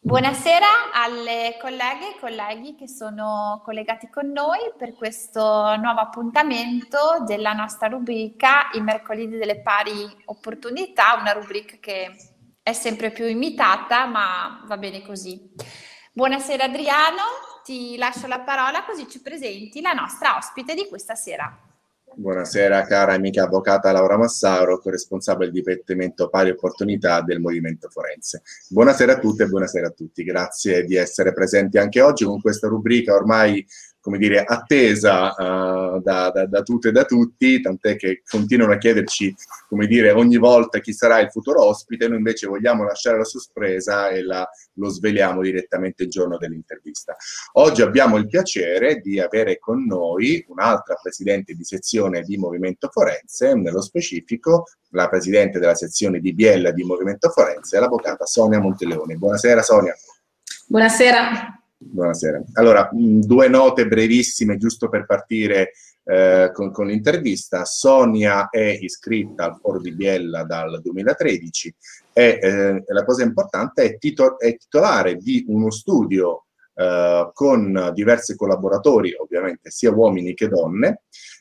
Buonasera alle colleghe e colleghi che sono collegati con noi per questo nuovo appuntamento della nostra rubrica I mercoledì delle pari opportunità, una rubrica che è sempre più imitata, ma va bene così. Buonasera Adriano, ti lascio la parola così ci presenti la nostra ospite di questa sera. Buonasera cara amica avvocata Laura Massaro, corresponsabile di Dipartimento Pari Opportunità del Movimento Forense. Buonasera a tutte e buonasera a tutti, grazie di essere presenti anche oggi con questa rubrica ormai, come dire, attesa da tutte e da tutti, tant'è che continuano a chiederci, come dire, ogni volta chi sarà il futuro ospite. Noi invece vogliamo lasciare la sorpresa e lo sveliamo direttamente il giorno dell'intervista. Oggi abbiamo il piacere di avere con noi un'altra presidente di sezione di Movimento Forense, nello specifico la presidente della sezione di Biella di Movimento Forense, l'avvocata Sonia Monteleone. Buonasera Sonia. Buonasera. Buonasera. Allora, due note brevissime giusto per partire con l'intervista. Sonia è iscritta al Foro di Biella dal 2013 e la cosa importante è titolare di uno studio con diversi collaboratori, ovviamente sia uomini che donne.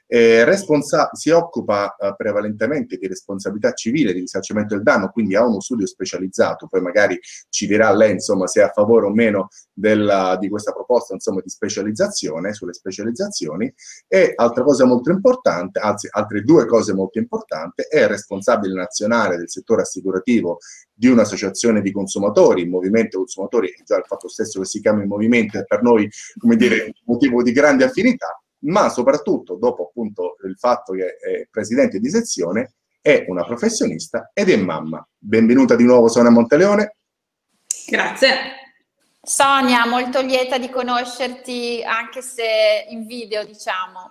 Si occupa prevalentemente di responsabilità civile, di risarcimento del danno, quindi ha uno studio specializzato. Poi magari ci dirà lei, insomma, se è a favore o meno di questa proposta, insomma, di specializzazione, sulle specializzazioni. E altra cosa molto importante, anzi altre due cose molto importanti, è responsabile nazionale del settore assicurativo di un'associazione di consumatori, il Movimento Consumatori. Già il fatto stesso che si chiami movimento è per noi, come dire, un motivo di grande affinità, ma soprattutto, dopo appunto il fatto che è presidente di sezione, è una professionista ed è mamma. Benvenuta di nuovo Sonia Monteleone. Grazie. Sonia, molto lieta di conoscerti, anche se in video, diciamo.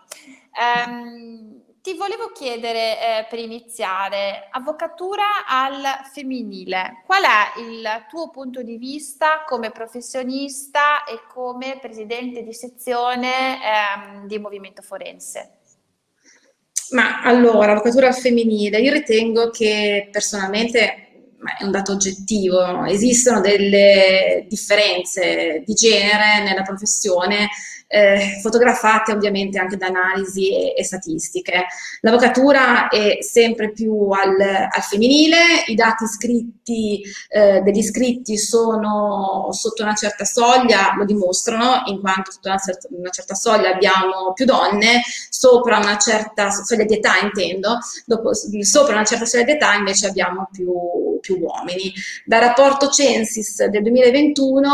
Ti volevo chiedere, per iniziare, avvocatura al femminile, qual è il tuo punto di vista come professionista e come presidente di sezione di Movimento Forense? Ma allora, avvocatura al femminile, io ritengo che personalmente, ma è un dato oggettivo, esistono delle differenze di genere nella professione, fotografate ovviamente anche da analisi e statistiche. L'avvocatura è sempre più al femminile, i dati degli iscritti sono sotto una certa soglia, lo dimostrano, in quanto sotto una certa soglia abbiamo più donne, sopra una certa soglia di età intendo, sopra una certa soglia di età invece abbiamo più uomini. Dal rapporto Censis del 2021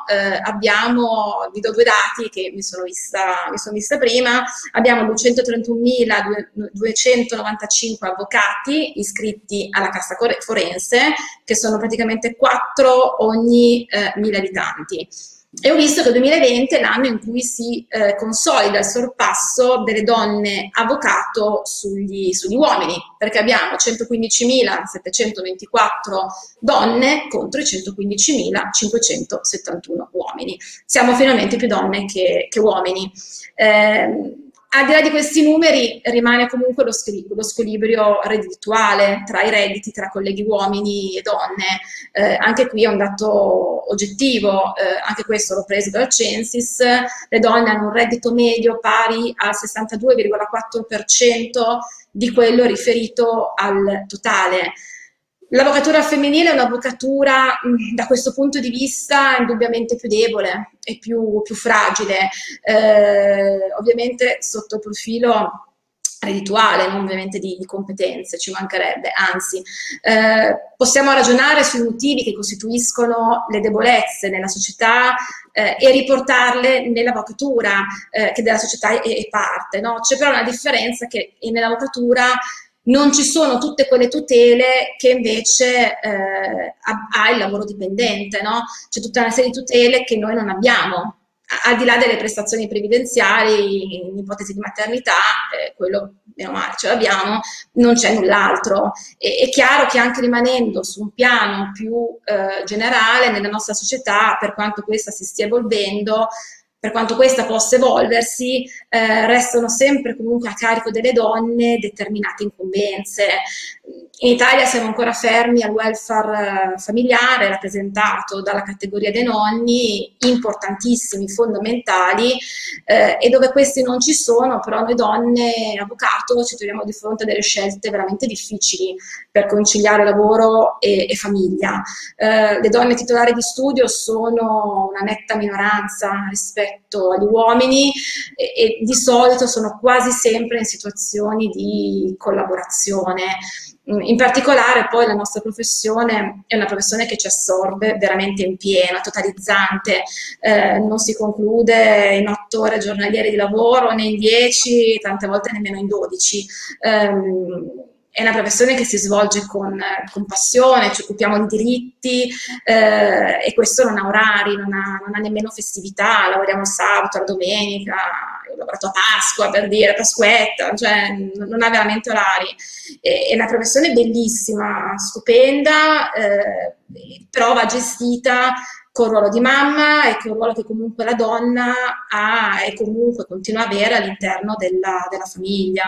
vi do due dati che mi sono vista prima. Abbiamo 231.295 avvocati iscritti alla Cassa Forense, che sono praticamente 4 ogni 1.000 abitanti. E ho visto che il 2020 è l'anno in cui si consolida il sorpasso delle donne avvocato sugli uomini, perché abbiamo 115.724 donne contro i 115.571 uomini. Siamo finalmente più donne che uomini. Al di là di questi numeri rimane comunque lo squilibrio reddituale tra i redditi tra colleghi uomini e donne. Anche qui è un dato oggettivo, anche questo l'ho preso dal Censis. Le donne hanno un reddito medio pari al 62,4% di quello riferito al totale. L'avvocatura femminile è un'avvocatura da questo punto di vista indubbiamente più debole e più fragile, ovviamente sotto il profilo reddituale, non ovviamente di competenze, ci mancherebbe, anzi possiamo ragionare sui motivi che costituiscono le debolezze nella società e riportarle nell'avvocatura che della società è parte, no? C'è però una differenza che nell'avvocatura non ci sono tutte quelle tutele che invece ha il lavoro dipendente, no? C'è tutta una serie di tutele che noi non abbiamo, al di là delle prestazioni previdenziali, in ipotesi di maternità, quello meno male ce l'abbiamo, non c'è null'altro. È chiaro che anche rimanendo su un piano più generale nella nostra società, per quanto questa si stia evolvendo, per quanto questa possa evolversi, restano sempre comunque a carico delle donne determinate incombenze. In Italia siamo ancora fermi al welfare familiare rappresentato dalla categoria dei nonni, importantissimi, fondamentali, e dove questi non ci sono, però noi donne, avvocato, ci troviamo di fronte a delle scelte veramente difficili per conciliare lavoro e famiglia. Le donne titolari di studio sono una netta minoranza rispetto agli uomini e di solito sono quasi sempre in situazioni di collaborazione. In particolare poi la nostra professione è una professione che ci assorbe veramente in pieno, totalizzante, non si conclude in 8 ore giornaliere di lavoro, né in 10, tante volte nemmeno in 12. È una professione che si svolge con passione, ci occupiamo di diritti e questo non ha orari, non ha nemmeno festività, lavoriamo il sabato, la domenica, ho lavorato a Pasqua per dire, Pasquetta, cioè non ha veramente orari. È una professione bellissima, stupenda, però va gestita col ruolo di mamma e col ruolo che comunque la donna ha e comunque continua a avere all'interno della famiglia.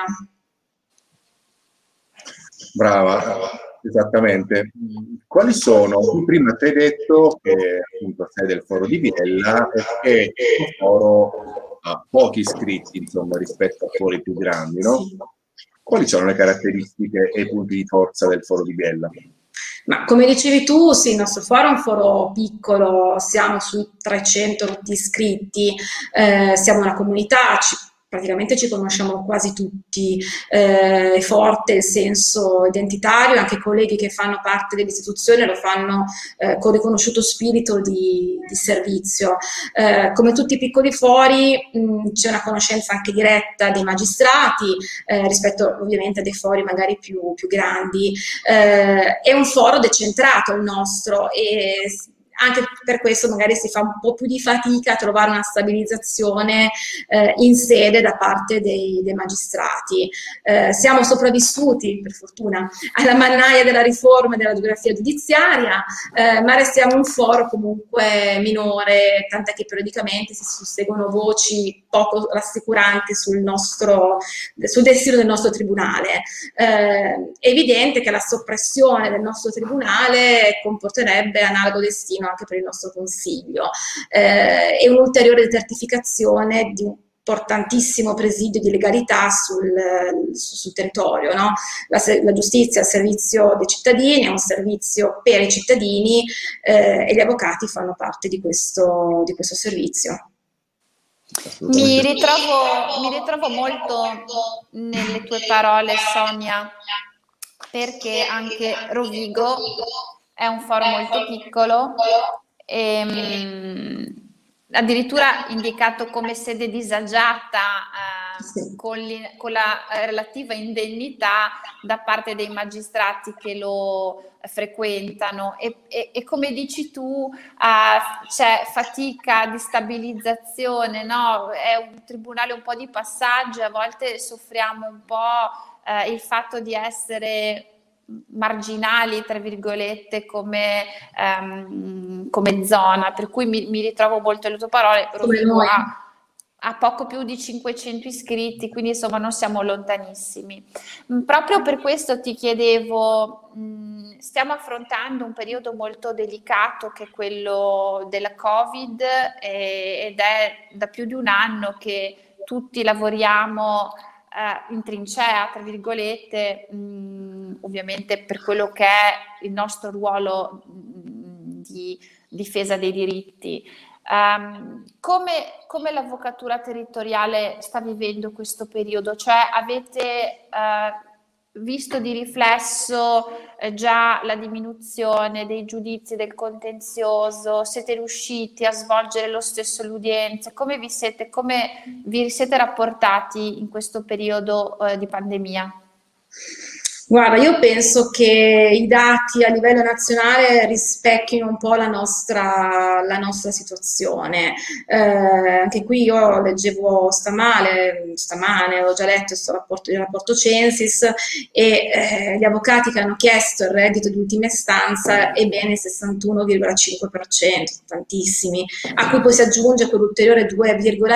Brava, esattamente. Quali sono? Tu prima ti hai detto che appunto sei del foro di Biella e che il foro ha pochi iscritti, insomma, rispetto a fori più grandi, no? Sì. Quali sono le caratteristiche e i punti di forza del foro di Biella? Ma come dicevi tu, sì, il nostro foro è un foro piccolo, siamo sui 300 iscritti, siamo una comunità, praticamente ci conosciamo quasi tutti, è forte il senso identitario, anche i colleghi che fanno parte dell'istituzione lo fanno con riconosciuto spirito di servizio. Come tutti i piccoli fori c'è una conoscenza anche diretta dei magistrati rispetto ovviamente a dei fori magari più grandi. È un foro decentrato il nostro e anche per questo magari si fa un po' più di fatica a trovare una stabilizzazione in sede da parte dei magistrati. Siamo sopravvissuti, per fortuna, alla mannaia della riforma della geografia giudiziaria, ma restiamo un foro comunque minore, tant'è che periodicamente si susseguono voci poco rassicuranti sul destino del nostro tribunale. È evidente che la soppressione del nostro tribunale comporterebbe analogo destino anche per il nostro Consiglio e un'ulteriore desertificazione di un importantissimo presidio di legalità sul territorio, no? La giustizia è al servizio dei cittadini, è un servizio per i cittadini e gli avvocati fanno parte di questo servizio. Mi ritrovo molto nelle tue parole, Sonia, perché anche Rovigo è un foro molto piccolo, addirittura indicato come sede disagiata Sì. con la relativa indennità da parte dei magistrati che lo frequentano e come dici tu c'è fatica di stabilizzazione, no? È un tribunale un po' di passaggio, a volte soffriamo un po' il fatto di essere marginali, tra virgolette, come zona, per cui mi ritrovo molto le tue parole. Rovigo ha poco più di 500 iscritti, quindi insomma non siamo lontanissimi. Proprio per questo ti chiedevo, stiamo affrontando un periodo molto delicato che è quello della Covid ed è da più di un anno che tutti lavoriamo in trincea, tra virgolette, ovviamente per quello che è il nostro ruolo di difesa dei diritti. Come l'avvocatura territoriale sta vivendo questo periodo? Cioè avete visto di riflesso già la diminuzione dei giudizi del contenzioso? Siete riusciti a svolgere lo stesso l'udienza? Come vi siete rapportati in questo periodo di pandemia? Guarda, io penso che i dati a livello nazionale rispecchino un po' la nostra situazione. Anche qui io leggevo stamane, ho già letto il rapporto Censis e gli avvocati che hanno chiesto il reddito di ultima istanza è bene il 61,5%, tantissimi, a cui poi si aggiunge quell'ulteriore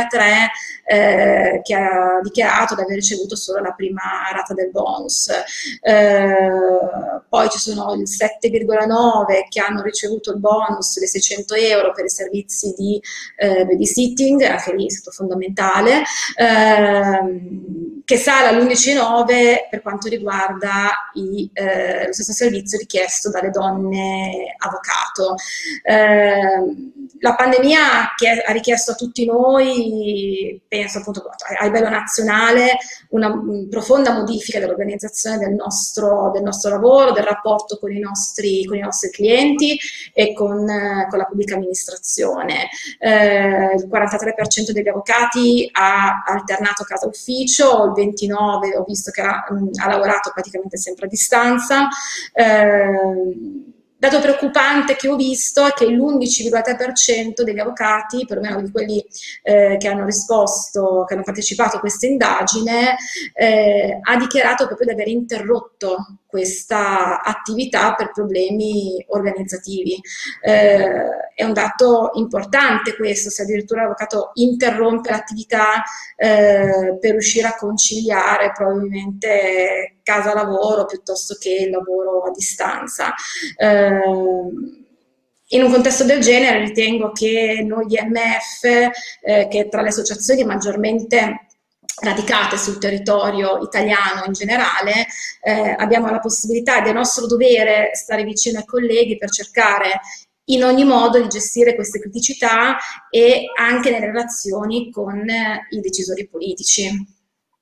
2,3% che ha dichiarato di aver ricevuto solo la prima rata del bonus. poi ci sono il 7,9 che hanno ricevuto il bonus dei 600 euro per i servizi di babysitting, anche lì è stato fondamentale, che sale all'11,9 per quanto riguarda lo stesso servizio richiesto dalle donne avvocato. La pandemia ha richiesto a tutti noi, penso appunto a livello nazionale, una profonda modifica dell'organizzazione del nostro lavoro, del rapporto con i nostri clienti e con la pubblica amministrazione. Il 43% degli avvocati ha alternato casa ufficio, il 29% ho visto che ha lavorato praticamente sempre a distanza. Dato preoccupante che ho visto è che l'11,3% degli avvocati, perlomeno di quelli che hanno risposto, che hanno partecipato a questa indagine, ha dichiarato proprio di aver interrotto questa attività per problemi organizzativi. È un dato importante questo, se addirittura l'avvocato interrompe l'attività per riuscire a conciliare probabilmente casa-lavoro piuttosto che il lavoro a distanza. In un contesto del genere ritengo che noi IMF, che tra le associazioni maggiormente radicate sul territorio italiano in generale, abbiamo la possibilità ed è nostro dovere stare vicino ai colleghi per cercare in ogni modo di gestire queste criticità e anche nelle relazioni con i decisori politici.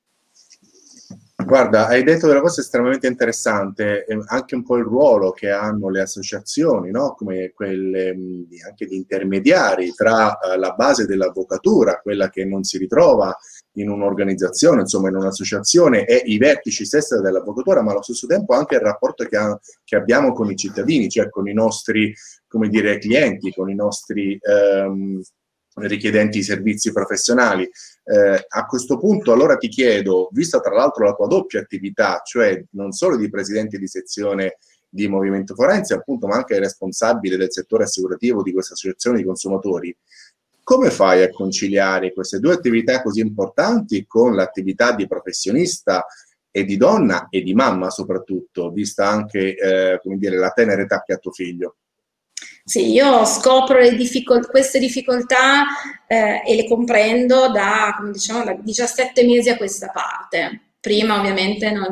Guarda, hai detto della cosa estremamente interessante, anche un po' il ruolo che hanno le associazioni, no? Come quelle anche di intermediari tra la base dell'avvocatura, quella che non si ritrova in un'organizzazione, insomma in un'associazione, e i vertici stessi dell'avvocatura, ma allo stesso tempo anche il rapporto che abbiamo con i cittadini, cioè con i nostri, come dire, clienti, con i nostri richiedenti servizi professionali. A questo punto allora ti chiedo, vista tra l'altro la tua doppia attività, cioè non solo di presidente di sezione di Movimento Forense, appunto, ma anche responsabile del settore assicurativo di questa associazione di consumatori, come fai a conciliare queste due attività così importanti con l'attività di professionista e di donna e di mamma soprattutto, vista anche come dire, la tenera età che ha tuo figlio? Sì, io scopro queste difficoltà e le comprendo da, come diciamo, da 17 mesi a questa parte. Prima ovviamente non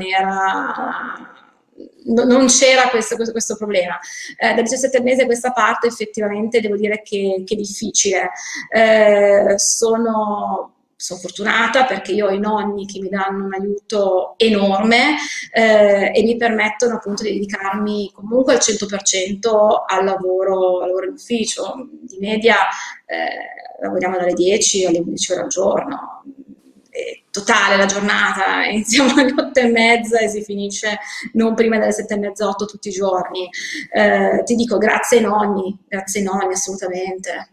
c'era questo problema. Da 17 mesi a questa parte effettivamente devo dire che è difficile. Sono fortunata perché io ho i nonni che mi danno un aiuto enorme e mi permettono appunto di dedicarmi comunque al 100% al lavoro in ufficio. Di media lavoriamo dalle 10 alle 11 ore al giorno. Totale la giornata, iniziamo alle 8:30 e si finisce non prima delle 7:30, 8 tutti i giorni. Ti dico grazie ai nonni assolutamente.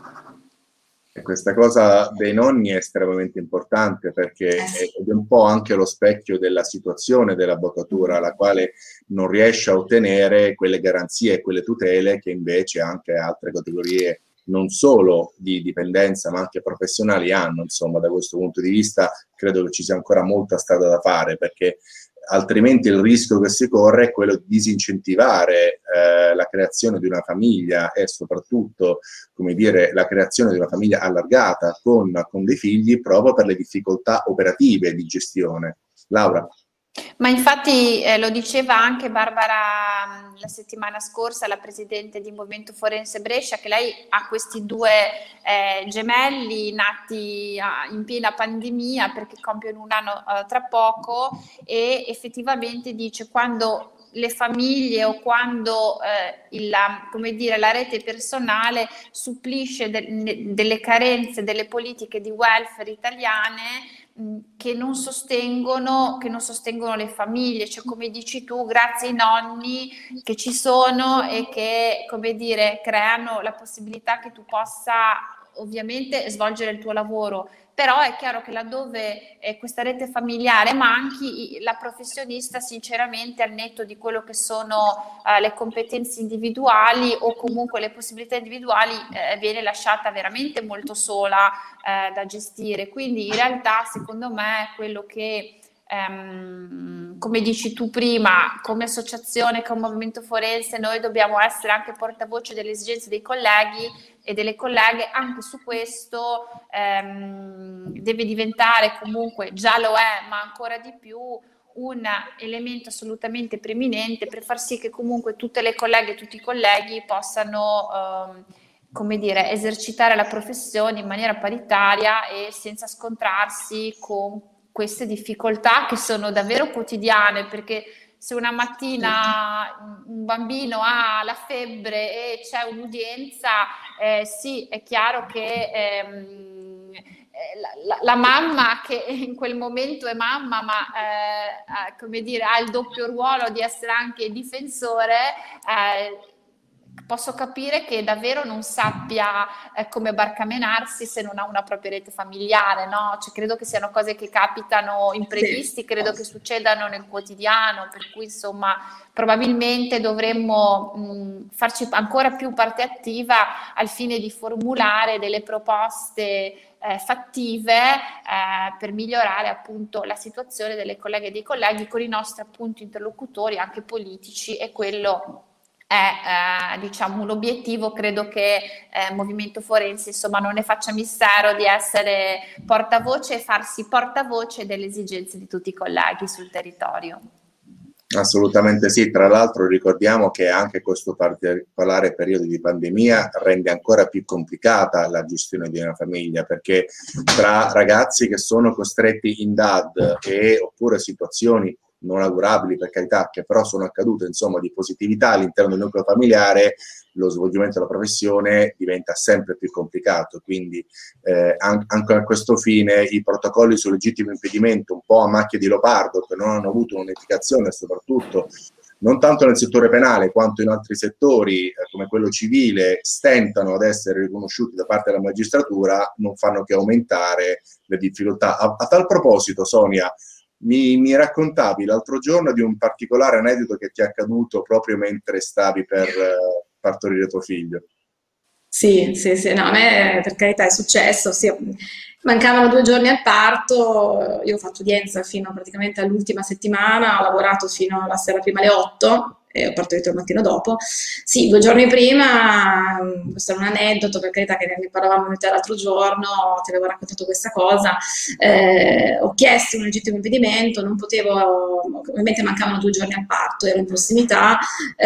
E questa cosa dei nonni è estremamente importante perché è un po' anche lo specchio della situazione dell'avvocatura, la quale non riesce a ottenere quelle garanzie e quelle tutele che invece anche altre categorie non solo di dipendenza ma anche professionali hanno. Insomma, da questo punto di vista credo che ci sia ancora molta strada da fare, perché altrimenti il rischio che si corre è quello di disincentivare la creazione di una famiglia e soprattutto, come dire, la creazione di una famiglia allargata con dei figli proprio per le difficoltà operative di gestione. Laura? Ma infatti lo diceva anche Barbara la settimana scorsa, la presidente di Movimento Forense Brescia, che lei ha questi due gemelli nati in piena pandemia perché compiono un anno tra poco, e effettivamente dice quando le famiglie o quando come dire, la rete personale supplisce delle carenze delle politiche di welfare italiane che non sostengono le famiglie, cioè come dici tu, grazie ai nonni che ci sono e che, come dire, creano la possibilità che tu possa ovviamente svolgere il tuo lavoro. Però è chiaro che laddove questa rete familiare manchi, la professionista sinceramente, al netto di quello che sono le competenze individuali o comunque le possibilità individuali, viene lasciata veramente molto sola da gestire. Quindi in realtà secondo me quello che come dici tu prima, come associazione, come movimento forense, noi dobbiamo essere anche portavoce delle esigenze dei colleghi e delle colleghe. Anche su questo deve diventare, comunque già lo è, ma ancora di più, un elemento assolutamente preminente per far sì che comunque tutte le colleghe e tutti i colleghi possano come dire, esercitare la professione in maniera paritaria e senza scontrarsi con queste difficoltà che sono davvero quotidiane, perché se una mattina un bambino ha la febbre e c'è un'udienza, sì, è chiaro che la mamma, che in quel momento è mamma, ma come dire, ha il doppio ruolo di essere anche difensore, posso capire che davvero non sappia come barcamenarsi se non ha una propria rete familiare, no? Cioè, credo che siano cose che capitano imprevisti, sì, credo che succedano nel quotidiano, per cui insomma probabilmente dovremmo farci ancora più parte attiva al fine di formulare delle proposte fattive per migliorare appunto la situazione delle colleghe e dei colleghi con i nostri appunto interlocutori anche politici, e quello è diciamo un obiettivo. Credo che Movimento Forense insomma non ne faccia mistero di essere portavoce e farsi portavoce delle esigenze di tutti i colleghi sul territorio. Assolutamente sì, tra l'altro ricordiamo che anche questo particolare periodo di pandemia rende ancora più complicata la gestione di una famiglia, perché tra ragazzi che sono costretti in DAD oppure situazioni non augurabili, per carità, che però sono accadute, insomma, di positività all'interno del nucleo familiare, lo svolgimento della professione diventa sempre più complicato. Quindi anche a questo fine i protocolli sul legittimo impedimento, un po' a macchia di leopardo, che non hanno avuto un'unificazione, soprattutto non tanto nel settore penale quanto in altri settori come quello civile, stentano ad essere riconosciuti da parte della magistratura, non fanno che aumentare le difficoltà. A tal proposito, Sonia, mi raccontavi l'altro giorno di un particolare aneddoto che ti è accaduto proprio mentre stavi per partorire tuo figlio. Sì, no, a me per carità è successo, sì, mancavano 2 giorni al parto, io ho fatto udienza fino praticamente all'ultima settimana, ho lavorato fino alla sera prima alle 8 e ho partorito il mattino dopo. Sì, 2 giorni prima, questo è un aneddoto, per carità, che ne parlavamo di te l'altro giorno, ti avevo raccontato questa cosa, ho chiesto un legittimo impedimento, non potevo, ovviamente mancavano 2 giorni al parto, ero in prossimità,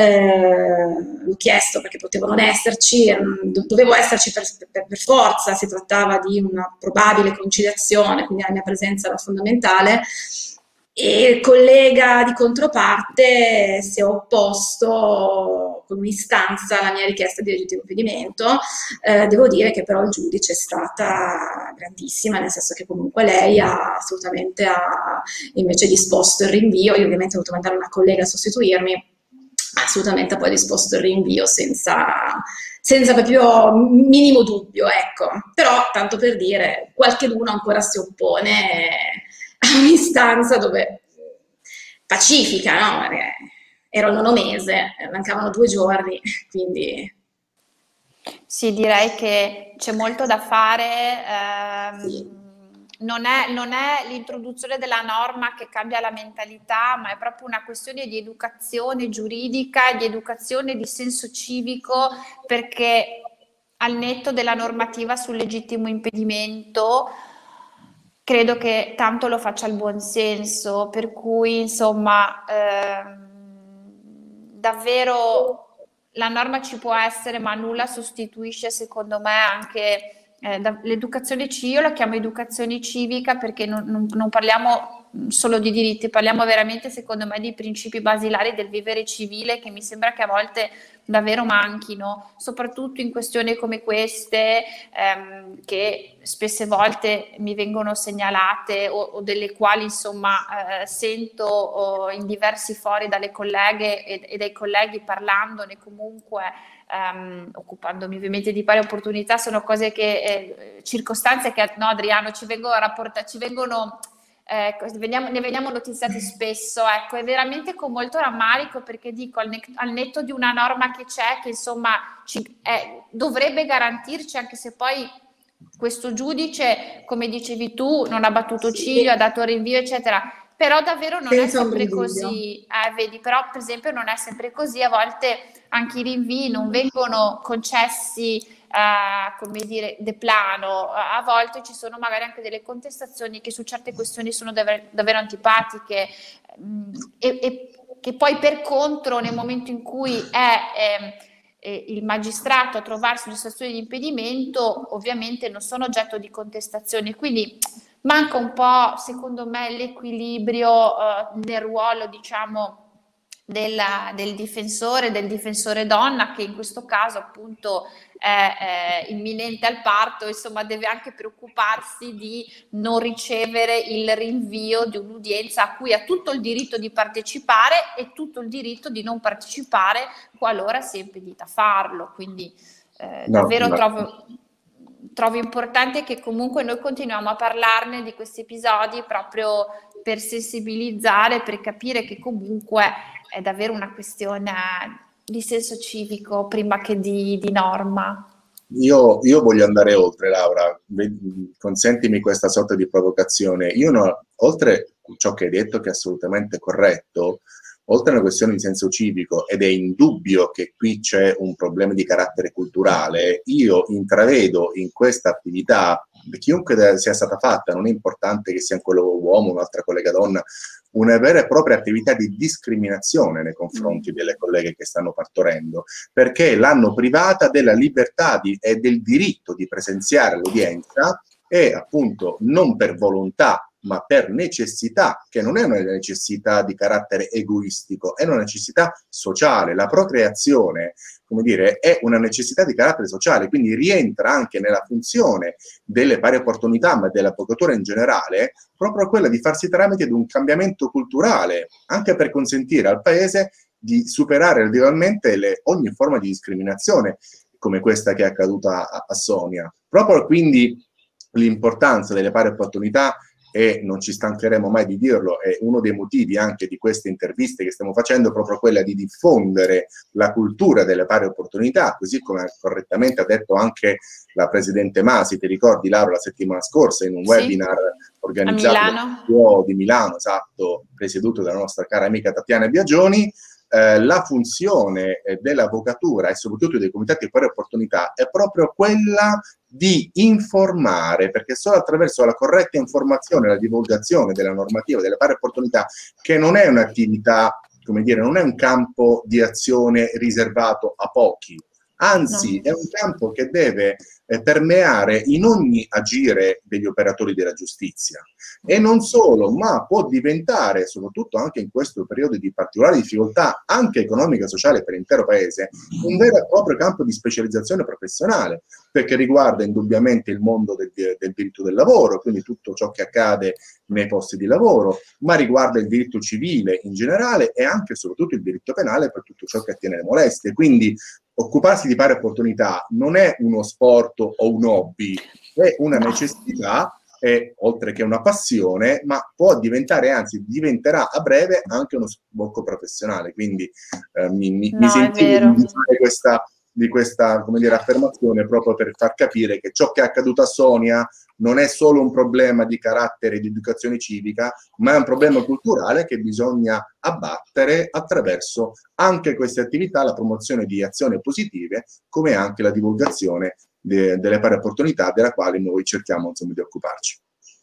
l'ho chiesto perché potevo non esserci, dovevo esserci per forza, si trattava di una probabile conciliazione, quindi la mia presenza era fondamentale. E il collega di controparte si è opposto con un'istanza alla mia richiesta di legittimo impedimento. Devo dire che però il giudice è stata grandissima, nel senso che comunque lei ha assolutamente invece disposto il rinvio. Io ovviamente ho dovuto mandare una collega a sostituirmi, assolutamente poi disposto il rinvio senza proprio minimo dubbio, ecco. Però, tanto per dire, qualcheduno ancora si oppone a un'istanza dove pacifica, no? Perché ero al 9° mese, mancavano 2 giorni, quindi... Sì, direi che c'è molto da fare. Sì. Non è l'introduzione della norma che cambia la mentalità, ma è proprio una questione di educazione giuridica, di educazione di senso civico, perché al netto della normativa sul legittimo impedimento credo che tanto lo faccia il buon senso, per cui insomma davvero la norma ci può essere, ma nulla sostituisce secondo me anche l'educazione io la chiamo educazione civica, perché non parliamo solo di diritti, parliamo veramente secondo me di principi basilari del vivere civile, che mi sembra che a volte davvero manchino, soprattutto in questioni come queste, che spesse volte mi vengono segnalate o delle quali insomma sento in diversi fori dalle colleghe e dai colleghi parlandone comunque, occupandomi ovviamente di pari opportunità. Sono cose che, circostanze che, no Adriano, ci vengono ne veniamo notiziati spesso, ecco, è veramente con molto rammarico, perché dico al netto di una norma che c'è, che insomma dovrebbe garantirci, anche se poi questo giudice, come dicevi tu, non ha battuto ciglio, ha dato rinvio eccetera, Però davvero non è Senza ombra sempre di dubbio. così, vedi, però per esempio non è sempre così, a volte anche i rinvii non vengono concessi, come dire, de plano, a volte ci sono magari anche delle contestazioni che su certe questioni sono davvero antipatiche, e che poi per contro nel momento in cui è il magistrato a trovarsi in una situazione di impedimento, ovviamente non sono oggetto di contestazioni, quindi manca un po', secondo me, l'equilibrio nel ruolo, diciamo, del difensore donna, che in questo caso appunto è imminente al parto, insomma deve anche preoccuparsi di non ricevere il rinvio di un'udienza a cui ha tutto il diritto di partecipare e tutto il diritto di non partecipare qualora sia impedita a farlo. Quindi davvero trovo importante che comunque noi continuiamo a parlarne di questi episodi proprio per sensibilizzare, per capire che comunque è davvero una questione di senso civico prima che di norma. Io voglio andare oltre, Laura, consentimi questa sorta di provocazione. Oltre ciò che hai detto, che è assolutamente corretto, oltre a una questione di senso civico, ed è indubbio che qui c'è un problema di carattere culturale, io intravedo in questa attività, chiunque sia stata fatta, non è importante che sia un collega uomo o un'altra collega donna, una vera e propria attività di discriminazione nei confronti delle colleghe che stanno partorendo, perché l'hanno privata della libertà e del diritto di presenziare all'udienza, e appunto non per volontà ma per necessità, che non è una necessità di carattere egoistico, è una necessità sociale. La procreazione, come dire, è una necessità di carattere sociale, quindi rientra anche nella funzione delle pari opportunità, ma dell'avvocatura in generale, proprio quella di farsi tramite di un cambiamento culturale, anche per consentire al Paese di superare radicalmente ogni forma di discriminazione, come questa che è accaduta a Sonia. Proprio quindi l'importanza delle pari opportunità, e non ci stancheremo mai di dirlo, è uno dei motivi anche di queste interviste che stiamo facendo, proprio quella di diffondere la cultura delle pari opportunità, così come correttamente ha detto anche la Presidente Masi, ti ricordi Laura, la settimana scorsa in un webinar organizzato di Milano, esatto, presieduto dalla nostra cara amica Tatiana Biagioni. La funzione dell'avvocatura e soprattutto dei comitati di pari opportunità è proprio quella di informare, perché solo attraverso la corretta informazione e la divulgazione della normativa delle pari opportunità, che non è un'attività, come dire, non è un campo di azione riservato a pochi, anzi è un campo che deve permeare in ogni agire degli operatori della giustizia, e non solo, ma può diventare, soprattutto anche in questo periodo di particolare difficoltà anche economica e sociale per l'intero Paese, un vero e proprio campo di specializzazione professionale, perché riguarda indubbiamente il mondo del diritto del lavoro, quindi tutto ciò che accade nei posti di lavoro, ma riguarda il diritto civile in generale e anche e soprattutto il diritto penale per tutto ciò che attiene alle molestie. Quindi occuparsi di pari opportunità non è uno sport o un hobby, è una necessità, oltre che una passione, ma può diventare, anzi diventerà a breve anche uno sbocco professionale. Quindi mi sentivo di fare questa come dire, affermazione proprio per far capire che ciò che è accaduto a Sonia non è solo un problema di carattere di educazione civica, ma è un problema culturale che bisogna abbattere attraverso anche queste attività, la promozione di azioni positive, come anche la divulgazione delle pari opportunità, della quale noi cerchiamo insomma di occuparci.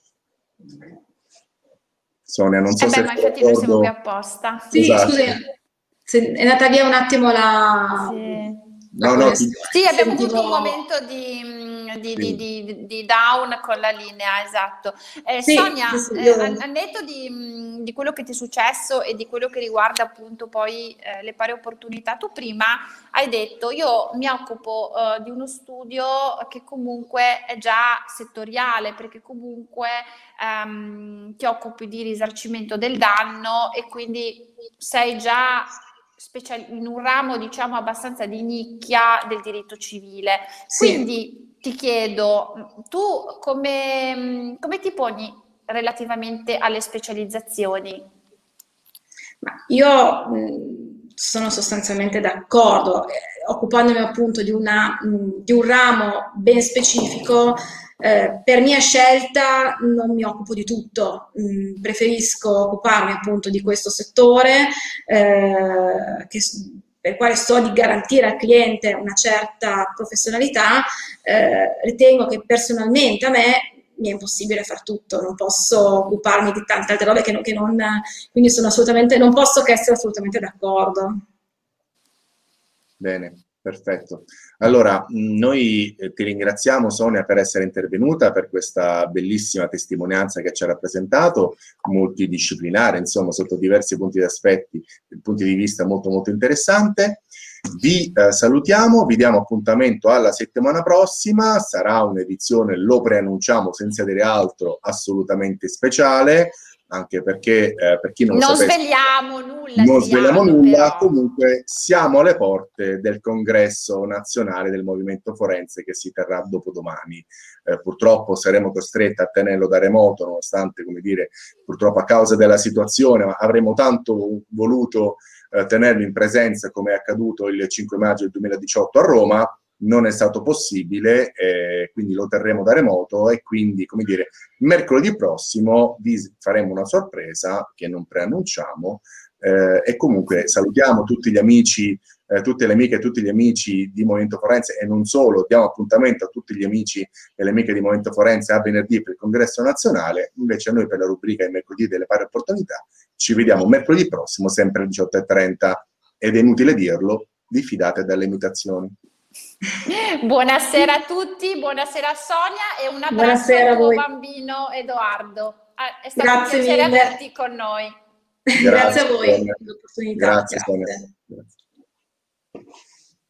Sonia, non so se ma infatti noi siamo qui apposta. Sì, esatto. Scusi, è andata via un attimo la... Sì. Sì, abbiamo avuto un momento di down con la linea, esatto. Sonia, al netto di quello che ti è successo e di quello che riguarda appunto poi le pari opportunità, tu prima hai detto io mi occupo di uno studio che comunque è già settoriale, perché comunque ti occupi di risarcimento del danno e quindi sei già in un ramo diciamo abbastanza di nicchia del diritto civile. Sì. Quindi ti chiedo, tu come ti poni relativamente alle specializzazioni? Ma io sono sostanzialmente d'accordo, occupandomi appunto di un ramo ben specifico. Per mia scelta non mi occupo di tutto, preferisco occuparmi appunto di questo settore per il quale so di garantire al cliente una certa professionalità. Ritengo che personalmente a me mi è impossibile far tutto, non posso occuparmi di tante altre robe quindi sono assolutamente, non posso che essere assolutamente d'accordo. Bene, perfetto. Allora, noi ti ringraziamo Sonia per essere intervenuta, per questa bellissima testimonianza che ci ha rappresentato, multidisciplinare, insomma, sotto diversi punti di vista molto molto interessante. Vi salutiamo, vi diamo appuntamento alla settimana prossima, sarà un'edizione, lo preannunciamo senza dire altro, assolutamente speciale, anche perché per chi non lo sapesse, non sveliamo nulla, però. Comunque siamo alle porte del congresso nazionale del movimento forense che si terrà dopodomani. Purtroppo saremo costretti a tenerlo da remoto, nonostante, come dire, purtroppo a causa della situazione, ma avremmo tanto voluto tenerlo in presenza come è accaduto il 5 maggio del 2018 a Roma. Non è stato possibile, quindi lo terremo da remoto e quindi, come dire, mercoledì prossimo vi faremo una sorpresa che non preannunciamo e comunque salutiamo tutti gli amici, tutte le amiche e tutti gli amici di Movimento Forense e non solo, diamo appuntamento a tutti gli amici e le amiche di Movimento Forense a venerdì per il congresso nazionale. Invece noi per la rubrica Il mercoledì delle pari opportunità ci vediamo mercoledì prossimo sempre alle 18:30 ed è inutile dirlo, diffidate dalle imitazioni. Buonasera a tutti, buonasera Sonia e un abbraccio al tuo bambino Edoardo. È stato un piacere averti con noi. Grazie a voi. Grazie Sonia. Grazie.